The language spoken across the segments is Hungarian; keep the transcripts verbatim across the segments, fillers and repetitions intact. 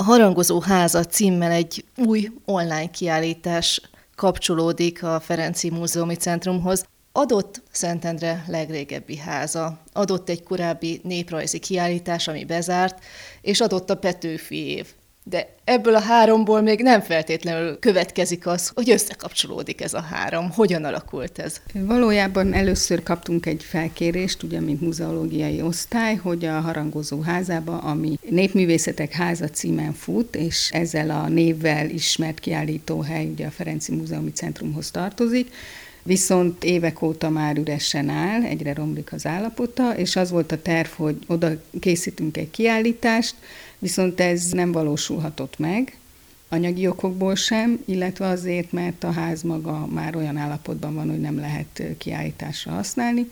Harangozó háza címmel egy új online kiállítás kapcsolódik a Ferenczy Múzeumi Centrumhoz. Adott Szentendre legrégebbi háza, adott egy korábbi néprajzi kiállítás, ami bezárt, és adott a Petőfi év. De ebből a háromból még nem feltétlenül következik az, hogy összekapcsolódik ez a három. Hogyan alakult ez? Valójában először kaptunk egy felkérést, ugye, mint muzeológiai osztály, hogy a Harangozó házába, ami Népművészetek Háza címen fut, és ezzel a névvel ismert kiállítóhely, ugye a Ferenczy Múzeumi Centrumhoz tartozik, viszont évek óta már üresen áll, egyre romlik az állapota, és az volt a terv, hogy oda készítünk egy kiállítást, viszont ez nem valósulhatott meg, anyagi okokból sem, illetve azért, mert a ház maga már olyan állapotban van, hogy nem lehet kiállításra használni.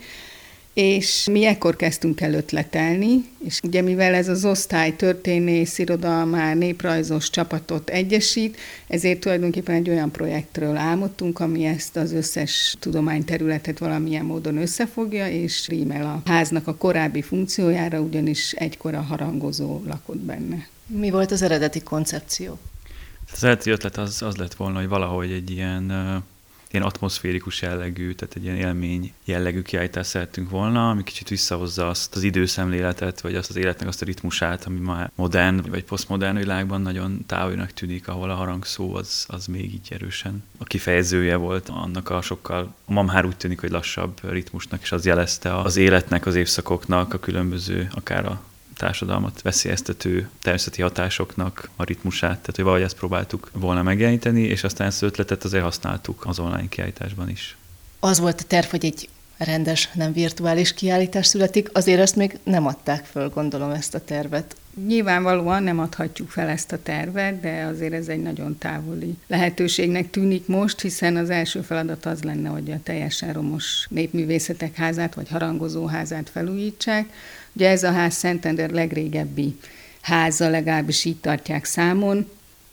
És mi ekkor kezdtünk el ötletelni, és ugye mivel ez az osztály történész, irodalmár, néprajzos csapatot egyesít, ezért tulajdonképpen egy olyan projektről álmodtunk, ami ezt az összes tudományterületet valamilyen módon összefogja, és rímel a háznak a korábbi funkciójára, ugyanis egykor a harangozó lakott benne. Mi volt az eredeti koncepció? Az eredeti ötlet az, az lett volna, hogy valahogy egy ilyen... ilyen atmoszférikus jellegű, tehát egy ilyen élmény jellegű kiállítást szerettünk volna, ami kicsit visszahozza azt az időszemléletet, vagy azt az életnek azt a ritmusát, ami ma modern, vagy posztmodern világban nagyon távolnak tűnik, ahol a harangszó az, az még így erősen a kifejezője volt annak a sokkal, ma már úgy tűnik, hogy lassabb ritmusnak, és az jelezte az életnek, az évszakoknak, a különböző, akár a társadalmat veszélyeztető természeti hatásoknak a ritmusát, tehát hogy valahogy ezt próbáltuk volna megjeleníteni, és aztán ezt az ötletet azért használtuk az online kiállításban is. Az volt a terv, hogy egy rendes, nem virtuális kiállítás születik, azért ezt még nem adták föl, gondolom, ezt a tervet. Nyilvánvalóan nem adhatjuk fel ezt a tervet, de azért ez egy nagyon távoli lehetőségnek tűnik most, hiszen az első feladat az lenne, hogy a teljesen romos Népművészetek Házát vagy Harangozó házát felújítsák. Ugye ez a ház Szentendre legrégebbi háza, legalábbis így tartják számon,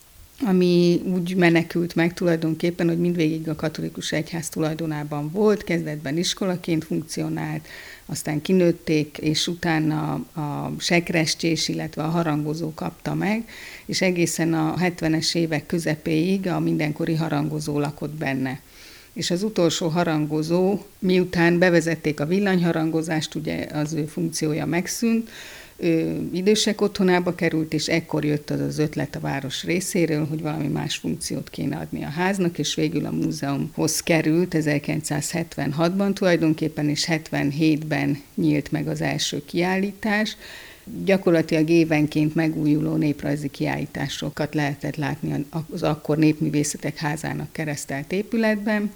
ami úgy menekült meg tulajdonképpen, hogy mindvégig a katolikus egyház tulajdonában volt, kezdetben iskolaként funkcionált, aztán kinőtték, és utána a sekrestés, illetve a harangozó kapta meg, és egészen a hetvenes évek közepéig a mindenkori harangozó lakott benne. És az utolsó harangozó, miután bevezették a villanyharangozást, ugye az ő funkciója megszűnt, ő idősek otthonába került, és ekkor jött az az ötlet a város részéről, hogy valami más funkciót kéne adni a háznak, és végül a múzeumhoz került ezerkilencszázhetvenhatban tulajdonképpen, és hetvenhétben nyílt meg az első kiállítás. Gyakorlatilag évenként megújuló néprajzi kiállításokat lehetett látni az akkor Népművészetek Házának keresztelt épületben,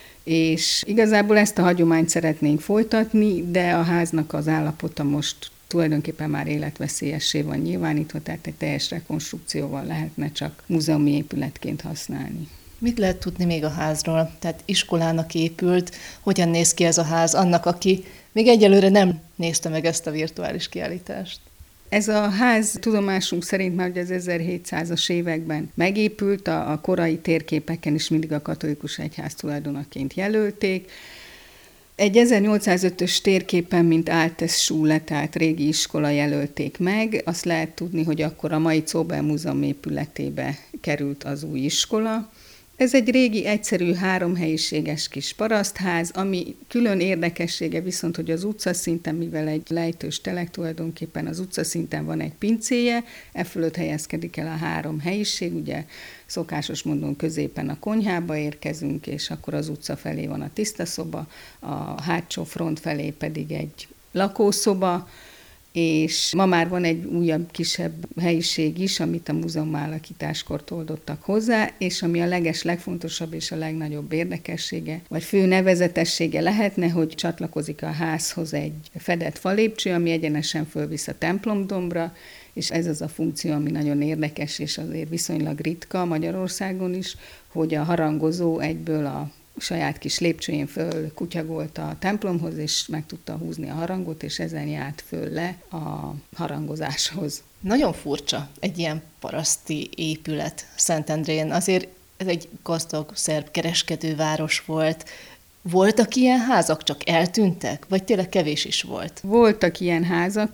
és igazából ezt a hagyományt szeretnénk folytatni, de a háznak az állapota most tulajdonképpen már életveszélyessé van nyilvánítva, tehát egy teljes rekonstrukcióval lehetne csak múzeumi épületként használni. Mit lehet tudni még a házról? Tehát iskolának épült, hogyan néz ki ez a ház annak, aki még egyelőre nem nézte meg ezt a virtuális kiállítást? Ez a ház tudomásunk szerint már az ezerhétszázas években megépült, a, a korai térképeken is mindig a katolikus egyház tulajdonaként jelölték. Egy ezernyolcszázötös térképen, mint Altes Schule, tehát régi iskola jelölték meg. Azt lehet tudni, hogy akkor a mai Zóbel Múzeum épületébe került az új iskola. Ez egy régi, egyszerű, háromhelyiséges kis parasztház, ami külön érdekessége viszont, hogy az utcaszinten, mivel egy lejtős telek, tulajdonképpen az utcaszinten van egy pincéje, e fölött helyezkedik el a három helyiség, ugye szokásos módon középen a konyhába érkezünk, és akkor az utca felé van a tisztaszoba, a hátsó front felé pedig egy lakószoba, és ma már van egy újabb, kisebb helyiség is, amit a múzeum alakításkor oldottak hozzá, és ami a leges, legfontosabb és a legnagyobb érdekessége, vagy fő nevezetessége lehetne, hogy csatlakozik a házhoz egy fedett falépcső, ami egyenesen fölvisz a templomdombra, és ez az a funkció, ami nagyon érdekes, és azért viszonylag ritka Magyarországon is, hogy a harangozó egyből a saját kis lépcsőjén föl kutyagolt a templomhoz, és meg tudta húzni a harangot, és ezen járt föl le a harangozáshoz. Nagyon furcsa egy ilyen paraszti épület Szentendrén. Azért ez egy gazdag szerb kereskedőváros volt. Voltak ilyen házak, csak eltűntek? Vagy tényleg kevés is volt? Voltak ilyen házak.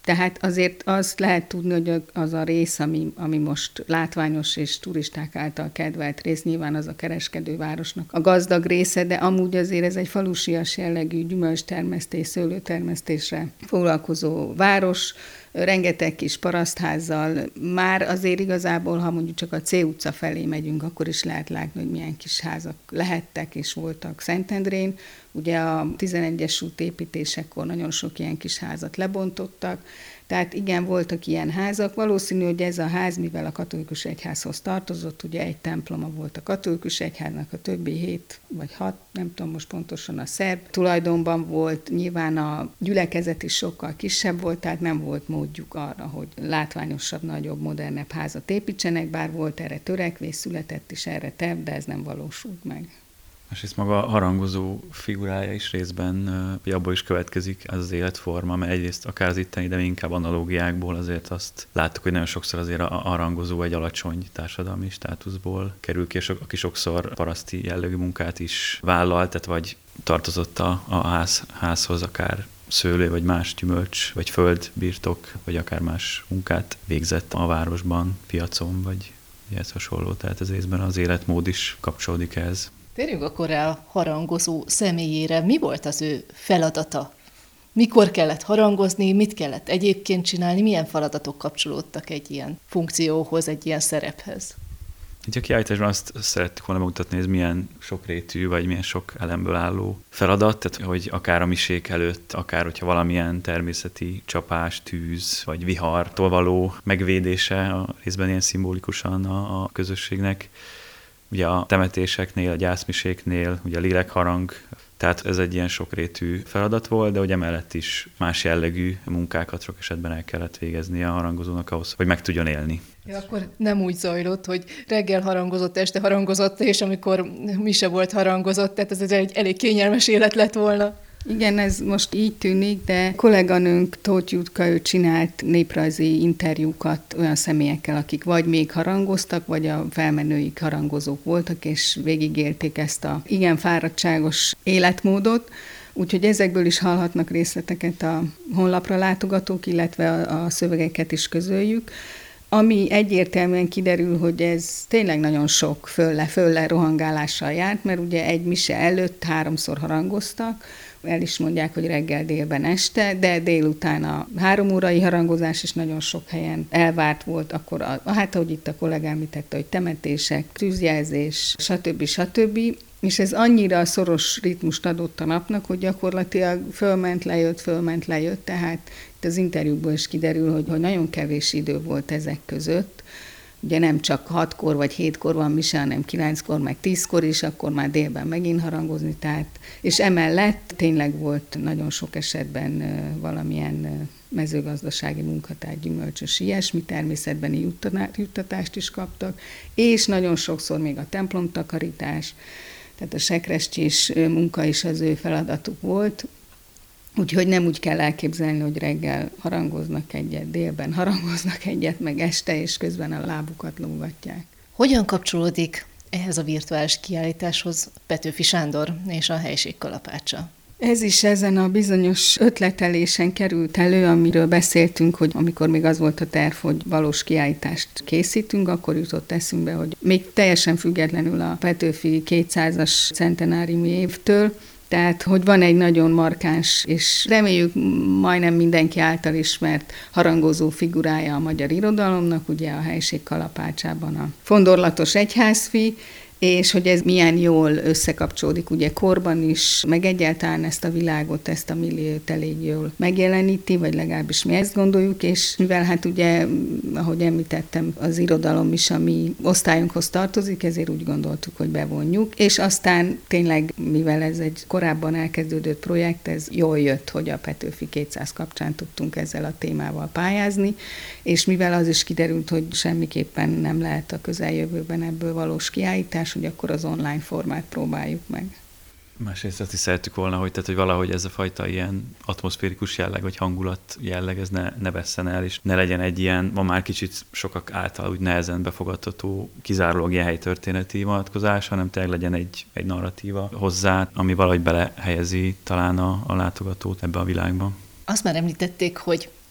Tehát azért azt lehet tudni, hogy az a rész, ami, ami most látványos és turisták által kedvelt rész, nyilván az a kereskedővárosnak a gazdag része, de amúgy azért ez egy falusias jellegű gyümölcstermesztés, szőlőtermesztésre foglalkozó város, rengeteg kis parasztházzal. Már azért igazából, ha mondjuk csak a C utca felé megyünk, akkor is lehet látni, hogy milyen kis házak lehettek és voltak Szentendrén. Ugye a tizenegyes út építésekor nagyon sok ilyen kis házat lebontottak, tehát igen, voltak ilyen házak. Valószínű, hogy ez a ház, mivel a katolikus egyházhoz tartozott, ugye egy temploma volt a katolikus egyháznak, a többi hét vagy hat, nem tudom most pontosan, a szerb tulajdonban volt. Nyilván a gyülekezet is sokkal kisebb volt, tehát nem volt módjuk arra, hogy látványosabb, nagyobb, modernebb házat építsenek, bár volt erre törekvés, született is erre terv, de ez nem valósult meg. Másrészt maga a harangozó figurája is részben, hogy abból is következik ez az életforma, mert egyrészt akár az itteni, de inkább analógiákból azért azt láttuk, hogy nagyon sokszor azért a harangozó egy alacsony társadalmi státuszból kerül ki, és aki sokszor paraszti jellegű munkát is vállalt, tehát vagy tartozott a, a ház, házhoz, akár szőlő, vagy más gyümölcs, vagy földbirtok, vagy akár más munkát végzett a városban, piacon, vagy ez hasonló, tehát ez részben az életmód is kapcsolódik ehhez. Térjünk akkor rá a harangozó személyére. Mi volt az ő feladata? Mikor kellett harangozni, mit kellett egyébként csinálni, milyen feladatok kapcsolódtak egy ilyen funkcióhoz, egy ilyen szerephez? Itt a kiállításban azt szerettük volna bemutatni, hogy ez milyen sokrétű, vagy milyen sok elemből álló feladat, tehát hogy akár a misék előtt, akár hogyha valamilyen természeti csapás, tűz, vagy vihartól való megvédése, a részben ilyen szimbolikusan a, a közösségnek. Ugye a temetéseknél, a gyászmiséknél, ugye a lélekharang, tehát ez egy ilyen sokrétű feladat volt, de hogy emellett is más jellegű munkákat sok esetben el kellett végezni a harangozónak ahhoz, hogy meg tudjon élni. Ja, akkor nem úgy zajlott, hogy reggel harangozott, este harangozott, és amikor mise volt harangozott, tehát ez egy elég kényelmes élet lett volna. Igen, ez most így tűnik, de kolléganőnk Tóth Jutka, ő csinált néprajzi interjúkat olyan személyekkel, akik vagy még harangoztak, vagy a felmenőik harangozók voltak, és végigélték ezt a igen fáradtságos életmódot. Úgyhogy ezekből is hallhatnak részleteket a honlapra látogatók, illetve a, a szövegeket is közöljük. Ami egyértelműen kiderül, hogy ez tényleg nagyon sok fölle-fölle rohangálással járt, mert ugye egy mise előtt háromszor harangoztak, el is mondják, hogy reggel, délben, este, de délután a három órai harangozás is nagyon sok helyen elvárt volt, akkor a, hát ahogy itt a kollégám említette, hogy temetések, tűzjelzés, stb. stb. És ez annyira szoros ritmust adott a napnak, hogy gyakorlatilag fölment, lejött, fölment, lejött, tehát itt az interjúból is kiderül, hogy, hogy nagyon kevés idő volt ezek között. Ugye nem csak hatkor vagy hétkor van mise, hanem kilenckor, meg tízkor is, akkor már délben megint harangozni, tehát, és emellett tényleg volt nagyon sok esetben valamilyen mezőgazdasági munkatár, gyümölcsös, ilyesmi, természetbeni juttatást is kaptak, és nagyon sokszor még a templomtakarítás, tehát a sekrestyés munka is az ő feladatuk volt, úgyhogy nem úgy kell elképzelni, hogy reggel harangoznak egyet, délben harangoznak egyet, meg este, és közben a lábukat lógatják. Hogyan kapcsolódik ehhez a virtuális kiállításhoz Petőfi Sándor és a helység kalapácsa? Ez is ezen a bizonyos ötletelésen került elő, amiről beszéltünk, hogy amikor még az volt a terv, hogy valós kiállítást készítünk, akkor jutott eszünkbe, hogy még teljesen függetlenül a Petőfi kétszázas centenáriumi évtől, tehát, hogy van egy nagyon markáns, és reméljük majdnem mindenki által ismert harangozó figurája a magyar irodalomnak, ugye a helység kalapácsában a fondorlatos egyházfi, és hogy ez milyen jól összekapcsolódik ugye korban is, meg egyáltalán ezt a világot, ezt a milliót elég jól megjeleníti, vagy legalábbis mi ezt gondoljuk, és mivel hát ugye, ahogy említettem, az irodalom is a mi osztályunkhoz tartozik, ezért úgy gondoltuk, hogy bevonjuk, és aztán tényleg, mivel ez egy korábban elkezdődött projekt, ez jól jött, hogy a Petőfi kétszáz kapcsán tudtunk ezzel a témával pályázni, és mivel az is kiderült, hogy semmiképpen nem lehet a közeljövőben ebből valós kiállítás, hogy akkor az online formát próbáljuk meg. Másrészt azt is szerettük volna, hogy, tehát, hogy valahogy ez a fajta ilyen atmoszférikus jelleg, vagy hangulat jelleg, ez ne, ne vesszen el, és ne legyen egy ilyen, ma már kicsit sokak által úgy nehezen befogadható, kizárólag ilyen helytörténeti vonatkozás, hanem tényleg legyen egy, egy narratíva hozzá, ami valahogy belehelyezi talán a, a látogatót ebbe a világba. Azt már említették, hogy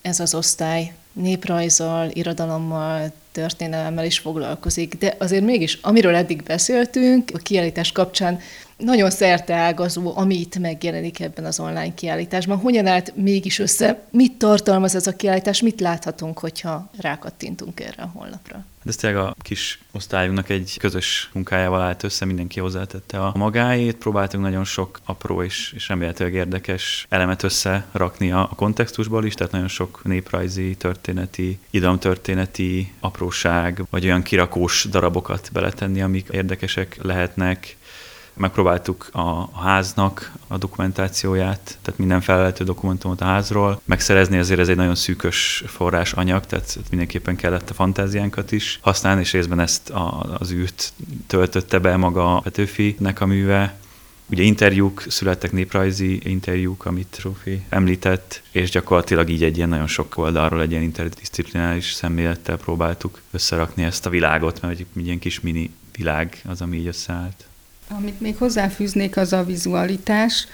ez az osztály néprajzzal, irodalommal, történelemmel is foglalkozik, de azért mégis, amiről eddig beszéltünk, a kiállítás kapcsán nagyon szerteágazó, ami itt megjelenik ebben az online kiállításban. Hogyan állt mégis össze? Mit tartalmaz ez a kiállítás? Mit láthatunk, hogyha rákattintunk erre a honlapra? Ez tényleg a kis osztályunknak egy közös munkájával állt össze, mindenki hozzátette a magáét. Próbáltunk nagyon sok apró és, és remélhetőleg érdekes elemet összerakni a kontextusból is, tehát nagyon sok néprajzi, történeti, irodalomtörténeti apróság, vagy olyan kirakós darabokat beletenni, amik érdekesek lehetnek. Megpróbáltuk a háznak a dokumentációját, tehát minden felelhető dokumentumot a házról megszerezni, ezért ez egy nagyon szűkös forrásanyag, tehát mindenképpen kellett a fantáziánkat is használni, és részben ezt a, az űrt töltötte be maga Petőfinek a műve. Ugye interjúk születtek, néprajzi interjúk, amit Zsófi említett, és gyakorlatilag így egy ilyen nagyon sok oldalról egy ilyen interdisziplinális szemlélettel próbáltuk összerakni ezt a világot, mert egy ilyen kis mini világ az, ami így összeállt. Amit még hozzáfűznék, az a vizualitás.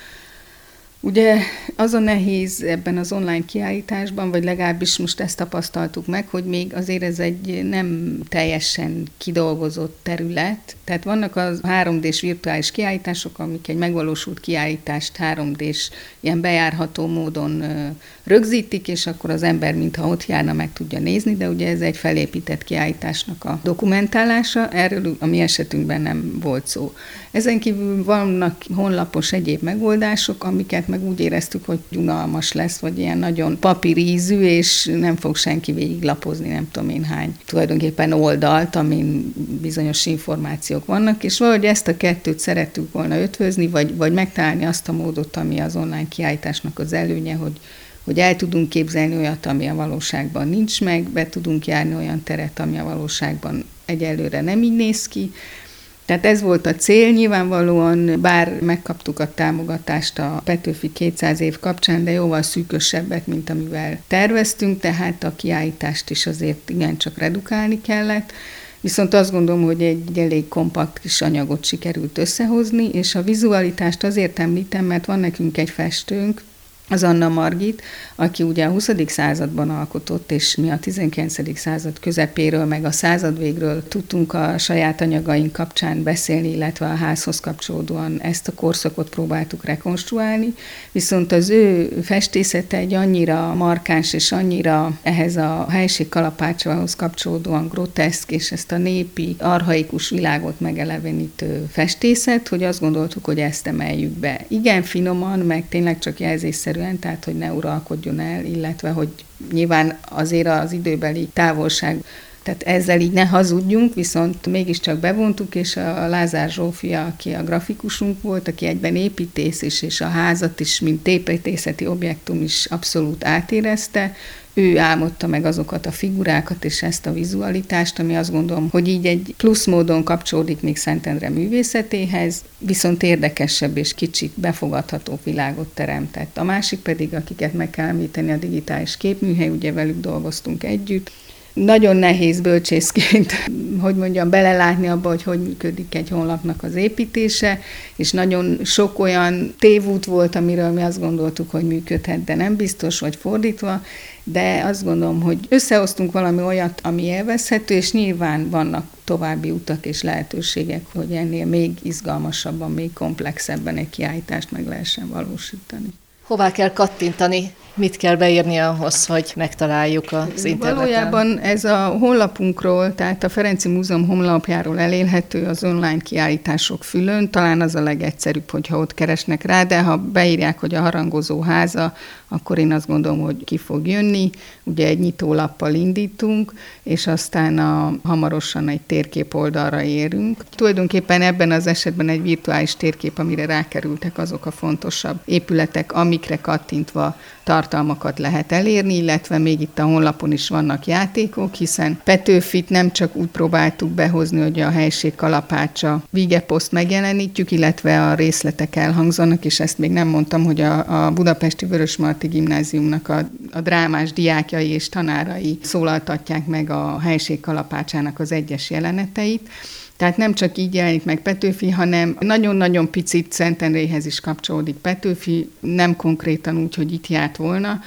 Ugye az a nehéz ebben az online kiállításban, vagy legalábbis most ezt tapasztaltuk meg, hogy még azért ez egy nem teljesen kidolgozott terület. Tehát vannak a három dés virtuális kiállítások, amik egy megvalósult kiállítást három dés ilyen bejárható módon rögzítik, és akkor az ember, mintha ott járna, meg tudja nézni, de ugye ez egy felépített kiállításnak a dokumentálása, erről a mi esetünkben nem volt szó. Ezen kívül vannak honlapos egyéb megoldások, amiket meg úgy éreztük, hogy unalmas lesz, vagy ilyen nagyon papírízű, és nem fog senki végiglapozni, nem tudom én hány tulajdonképpen oldalt, amin bizonyos információk vannak, és valahogy ezt a kettőt szerettük volna ötvözni, vagy, vagy megtalálni azt a módot, ami az online kiállításnak az előnye, hogy hogy el tudunk képzelni olyat, ami a valóságban nincs meg, be tudunk járni olyan teret, ami a valóságban egyelőre nem így néz ki. Tehát ez volt a cél, nyilvánvalóan, bár megkaptuk a támogatást a Petőfi kétszáz év kapcsán, de jóval szűkösebbet, mint amivel terveztünk, tehát a kiállítást is azért igencsak redukálni kellett. Viszont azt gondolom, hogy egy elég kompakt kis anyagot sikerült összehozni, és a vizualitást azért említem, mert van nekünk egy festőnk, az Anna Margit, aki ugye a huszadik században alkotott, és mi a tizenkilencedik század közepéről, meg a század végről tudtunk a saját anyagaink kapcsán beszélni, illetve a házhoz kapcsolódóan ezt a korszakot próbáltuk rekonstruálni, viszont az ő festészete egy annyira markáns, és annyira ehhez a helység kalapácsához kapcsolódóan groteszk, és ezt a népi, archaikus világot megelevenítő festészet, hogy azt gondoltuk, hogy ezt emeljük be. Igen finoman, meg tényleg csak jelzésszerűen, tehát hogy ne uralkodjon el, illetve hogy nyilván azért az időbeli távolság, tehát ezzel így ne hazudjunk, viszont mégiscsak bevontuk, és a Lázár Zsófia, aki a grafikusunk volt, aki egyben építész is, és a házat is, mint építészeti objektum is abszolút átérezte. Ő álmodta meg azokat a figurákat és ezt a vizualitást, ami azt gondolom, hogy így egy plusz módon kapcsolódik még Szentendre művészetéhez, viszont érdekesebb és kicsit befogadható világot teremtett. A másik pedig, akiket meg kell említeni, a digitális képműhely, ugye velük dolgoztunk együtt. Nagyon nehéz bölcsészként, hogy mondjam, belelátni abba, hogy hogy működik egy honlapnak az építése, és nagyon sok olyan tévút volt, amiről mi azt gondoltuk, hogy működhet, de nem biztos, vagy fordítva, de azt gondolom, hogy összehoztunk valami olyat, ami élvezhető, és nyilván vannak további utak és lehetőségek, hogy ennél még izgalmasabban, még komplexebben egy kiállítást meg lehessen valósítani. Hová kell kattintani? Mit kell beírni ahhoz, hogy megtaláljuk az interneten? Valójában ez a honlapunkról, tehát a Ferenczy Múzeum honlapjáról elérhető az online kiállítások fülön. Talán az a legegyszerűbb, hogyha ott keresnek rá, de ha beírják, hogy a Harangozó háza, akkor én azt gondolom, hogy ki fog jönni. Ugye egy nyitólappal indítunk, és aztán a, hamarosan egy térkép oldalra érünk. Tulajdonképpen ebben az esetben egy virtuális térkép, amire rákerültek azok a fontosabb épületek, amikre kattintva tartalmakat lehet elérni, illetve még itt a honlapon is vannak játékok, hiszen Petőfit nem csak úgy próbáltuk behozni, hogy a helység kalapácsa Vigeposzt megjelenítjük, illetve a részletek elhangzanak, és ezt még nem mondtam, hogy a, a Budapesti Vörösmarty Gimnáziumnak a, a drámás diákjai és tanárai szólaltatják meg a helység kalapácsának az egyes jeleneteit. Tehát nem csak így jelenik meg Petőfi, hanem nagyon-nagyon picit Szentendréhez is kapcsolódik Petőfi, nem konkrétan úgy, hogy itt járt volna,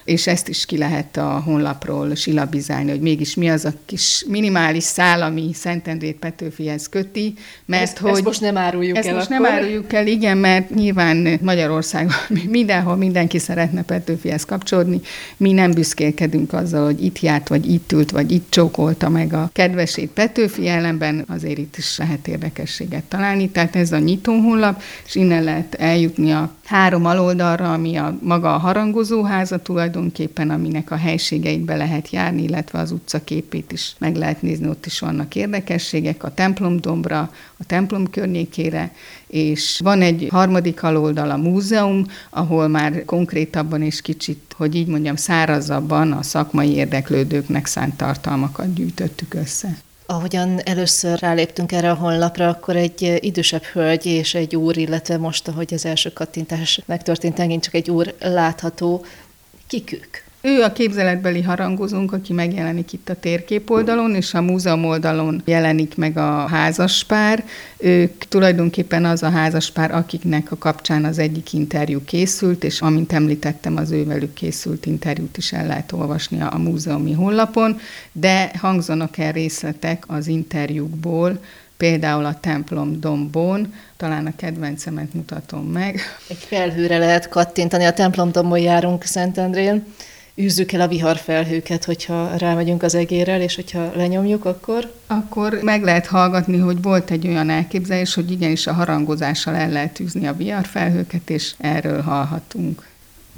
és ezt is ki lehet a honlapról silabizálni, hogy mégis mi az a kis minimális szál, ami Szentendrét Petőfihez köti, mert ezt, hogy... Ezt most nem áruljuk ezt el most akkor. nem áruljuk el, igen, mert nyilván Magyarországon mindenhol mindenki szeretne Petőfihez kapcsolódni. Mi nem büszkélkedünk azzal, hogy itt járt, vagy itt ült, vagy itt csókolta meg a kedvesét Petőfi, ellenben azért itt is lehet érdekességet találni. Tehát ez a nyitó honlap, és innen lehet eljutni a három aloldalra, ami a maga a harangozóháza tulajdonképpen, aminek a helységeit be lehet járni, illetve az utcaképét is meg lehet nézni, ott is vannak érdekességek, a templomdombra, a templom környékére, és van egy harmadik aloldal, a múzeum, ahol már konkrétabban és kicsit, hogy így mondjam, szárazabban a szakmai érdeklődőknek szánt tartalmakat gyűjtöttük össze. Ahogyan először ráléptünk erre a honlapra, akkor egy idősebb hölgy és egy úr, illetve most, ahogy az első kattintás megtörtént, megint csak egy úr látható. Kik ők? Ő a képzeletbeli harangozónk, aki megjelenik itt a térkép oldalon, és a múzeum oldalon jelenik meg a házaspár. Ők tulajdonképpen az a házaspár, akiknek a kapcsán az egyik interjú készült, és amint említettem, az ővelük készült interjút is el lehet olvasni a múzeumi honlapon, de hangzanak el részletek az interjúkból, például a templom dombon, talán a kedvencemet mutatom meg. Egy felhőre lehet kattintani, a templom dombon járunk Szentendrén, űzzük el a viharfelhőket, hogyha rámegyünk az egérrel, és hogyha lenyomjuk, akkor... Akkor meg lehet hallgatni, hogy volt egy olyan elképzelés, hogy igenis a harangozással el lehet űzni a viharfelhőket, és erről hallhatunk.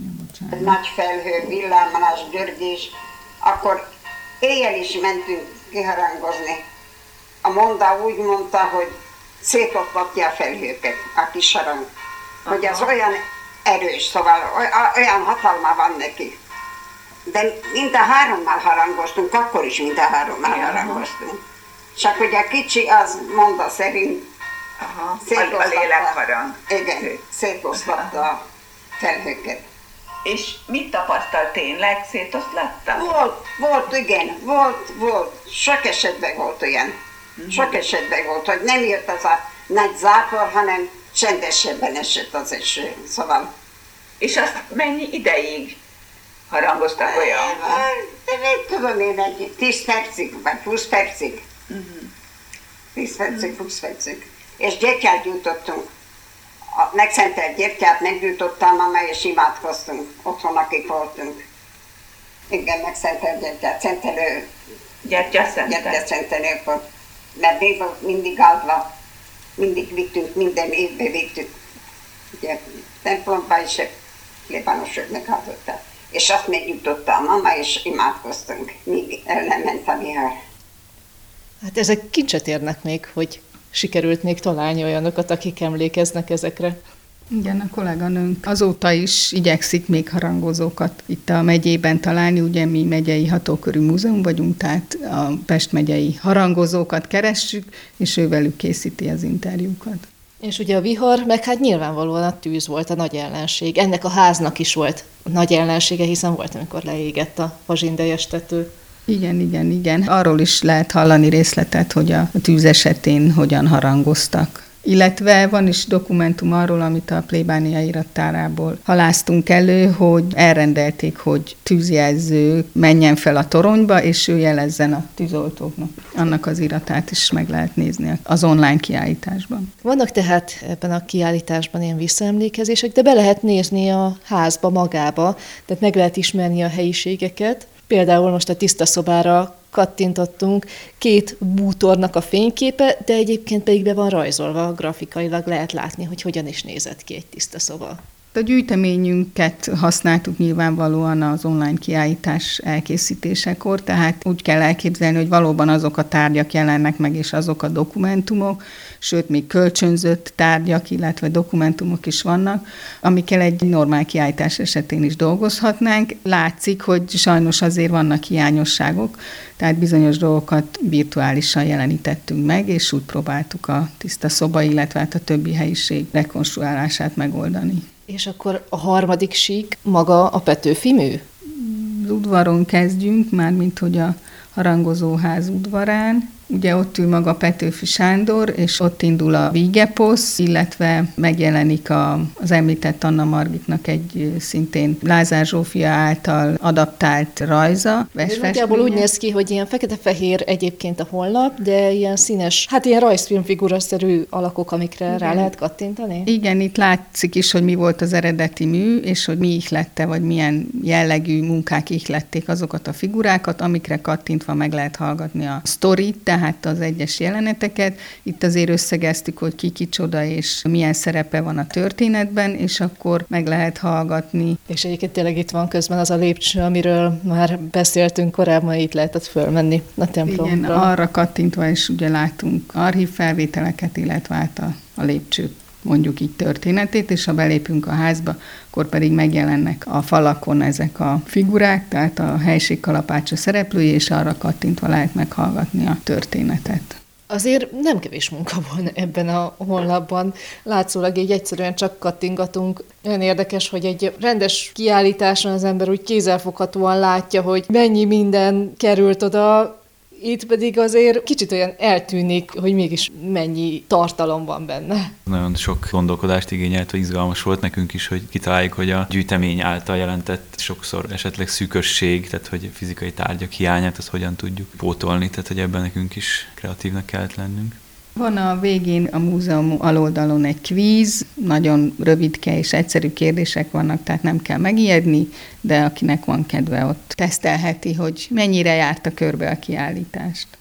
Nagy felhő, villámlás, dörgés, akkor éjjel is mentünk kiharangozni. A monda úgy mondta, hogy szétoszlatja a felhőket, a kis harang, hogy az olyan erős, szóval olyan hatalma van neki. De mind a hárommal harangoztunk, akkor is mind a hárommal ja, harangoztunk. Csak hogy a kicsi az monda szerint szétoszlatta, igen, szétoszlatta a felhőket. És mit tapasztalt tényleg? Szétoszlatta? Volt, volt, igen, volt, volt. Sok esetben volt olyan. Mm-hmm. Sok esetben volt, hogy nem jött az a nagy zápor, hanem csendesebben esett az eső. Szóval. És azt mennyi ideig harangoztak olyan? De nem tudom én, egy tíz percig, vagy húsz percig. tíz percig, húsz percig. És gyertyát gyújtottunk. A megszentelt gyertyát meggyújtottam, amely és imádkoztunk. Otthon, akik voltunk. Igen, megszentelt gyertyát. Szentelő. Gyertya szentelő. Gyertya szentelőkor. Mert még volt mindig áldva. Mindig vittünk, minden évben vittük. Ugye, templomba is plébánosoknak adották. És azt megjutotta a mama, és imádkoztunk, míg el nem ment a vihar. Hát ezek kincset érnek még, hogy sikerült még találni olyanokat, akik emlékeznek ezekre. Igen, a kolléganőnk azóta is igyekszik még harangozókat itt a megyében találni, ugye mi megyei hatókörű múzeum vagyunk, tehát a Pest megyei harangozókat keressük, és ővelük készíti az interjúkat. És ugye a vihar, meg hát nyilvánvalóan a tűz volt a nagy ellenség. Ennek a háznak is volt nagy ellensége, hiszen volt, amikor leégett a pazsindejes tető. Igen, igen, igen. Arról is lehet hallani részletet, hogy a tűz esetén hogyan harangoztak. Illetve van is dokumentum arról, amit a plébánia irattárából halásztunk elő, hogy elrendelték, hogy tűzjelző menjen fel a toronyba, és ő jelezzen a tűzoltóknak. Annak az iratát is meg lehet nézni az online kiállításban. Vannak tehát ebben a kiállításban ilyen visszaemlékezések, de be lehet nézni a házba magába, tehát meg lehet ismerni a helyiségeket. Például most a tiszta szobára kattintottunk, két bútornak a fényképe, de egyébként pedig be van rajzolva, grafikailag lehet látni, hogy hogyan is nézett ki egy tiszta szoba. A gyűjteményünket használtuk nyilvánvalóan az online kiállítás elkészítésekor, tehát úgy kell elképzelni, hogy valóban azok a tárgyak jelennek meg, és azok a dokumentumok, sőt, még kölcsönzött tárgyak, illetve dokumentumok is vannak, amikkel egy normál kiállítás esetén is dolgozhatnánk. Látszik, hogy sajnos azért vannak hiányosságok, tehát bizonyos dolgokat virtuálisan jelenítettünk meg, és úgy próbáltuk a tiszta szoba, illetve hát a többi helyiség rekonstruálását megoldani. És akkor a harmadik sík maga a Petőfi mű? Az udvaron kezdjünk, mármint hogy a harangozóház udvarán. Ugye ott ül maga Petőfi Sándor, és ott indul a Vígeposz, illetve megjelenik a, az említett Anna Margitnak egy szintén Lázár Zsófia által adaptált rajza. Nagyjából úgy néz ki, hogy ilyen fekete-fehér egyébként a honlap, de ilyen színes, hát ilyen rajzfilmfiguraszerű alakok, amikre igen. rá lehet kattintani? Igen, itt látszik is, hogy mi volt az eredeti mű, és hogy mi ihlette, vagy milyen jellegű munkák ihlették azokat a figurákat, amikre kattintva meg lehet hallgatni a sztorit, tehát az egyes jeleneteket. Itt azért összegeztük, hogy ki kicsoda, és milyen szerepe van a történetben, és akkor meg lehet hallgatni. És egyébként tényleg itt van közben az a lépcső, amiről már beszéltünk korábban, itt lehetett fölmenni a templomra. Igen, arra kattintva is ugye látunk archív felvételeket, illetve át a, a lépcső, mondjuk így történetét, és ha belépünk a házba, akkor pedig megjelennek a falakon ezek a figurák, tehát a helység kalapácsa szereplői, és arra kattintva lehet meghallgatni a történetet. Azért nem kevés munka van ebben a honlapban. Látszólag így egyszerűen csak kattingatunk. Olyan érdekes, hogy egy rendes kiállításon az ember úgy kézzelfoghatóan látja, hogy mennyi minden került oda, itt pedig azért kicsit olyan eltűnik, hogy mégis mennyi tartalom van benne. Nagyon sok gondolkodást igényelt, hogy izgalmas volt nekünk is, hogy kitaláljuk, hogy a gyűjtemény által jelentett sokszor esetleg szűkösség, tehát hogy fizikai tárgyak hiányát, azt hogyan tudjuk pótolni, tehát hogy ebben nekünk is kreatívnak kellett lennünk. Van a végén a múzeum aloldalon egy kvíz, nagyon rövidke és egyszerű kérdések vannak, tehát nem kell megijedni, de akinek van kedve, ott tesztelheti, hogy mennyire járta körbe a kiállítást.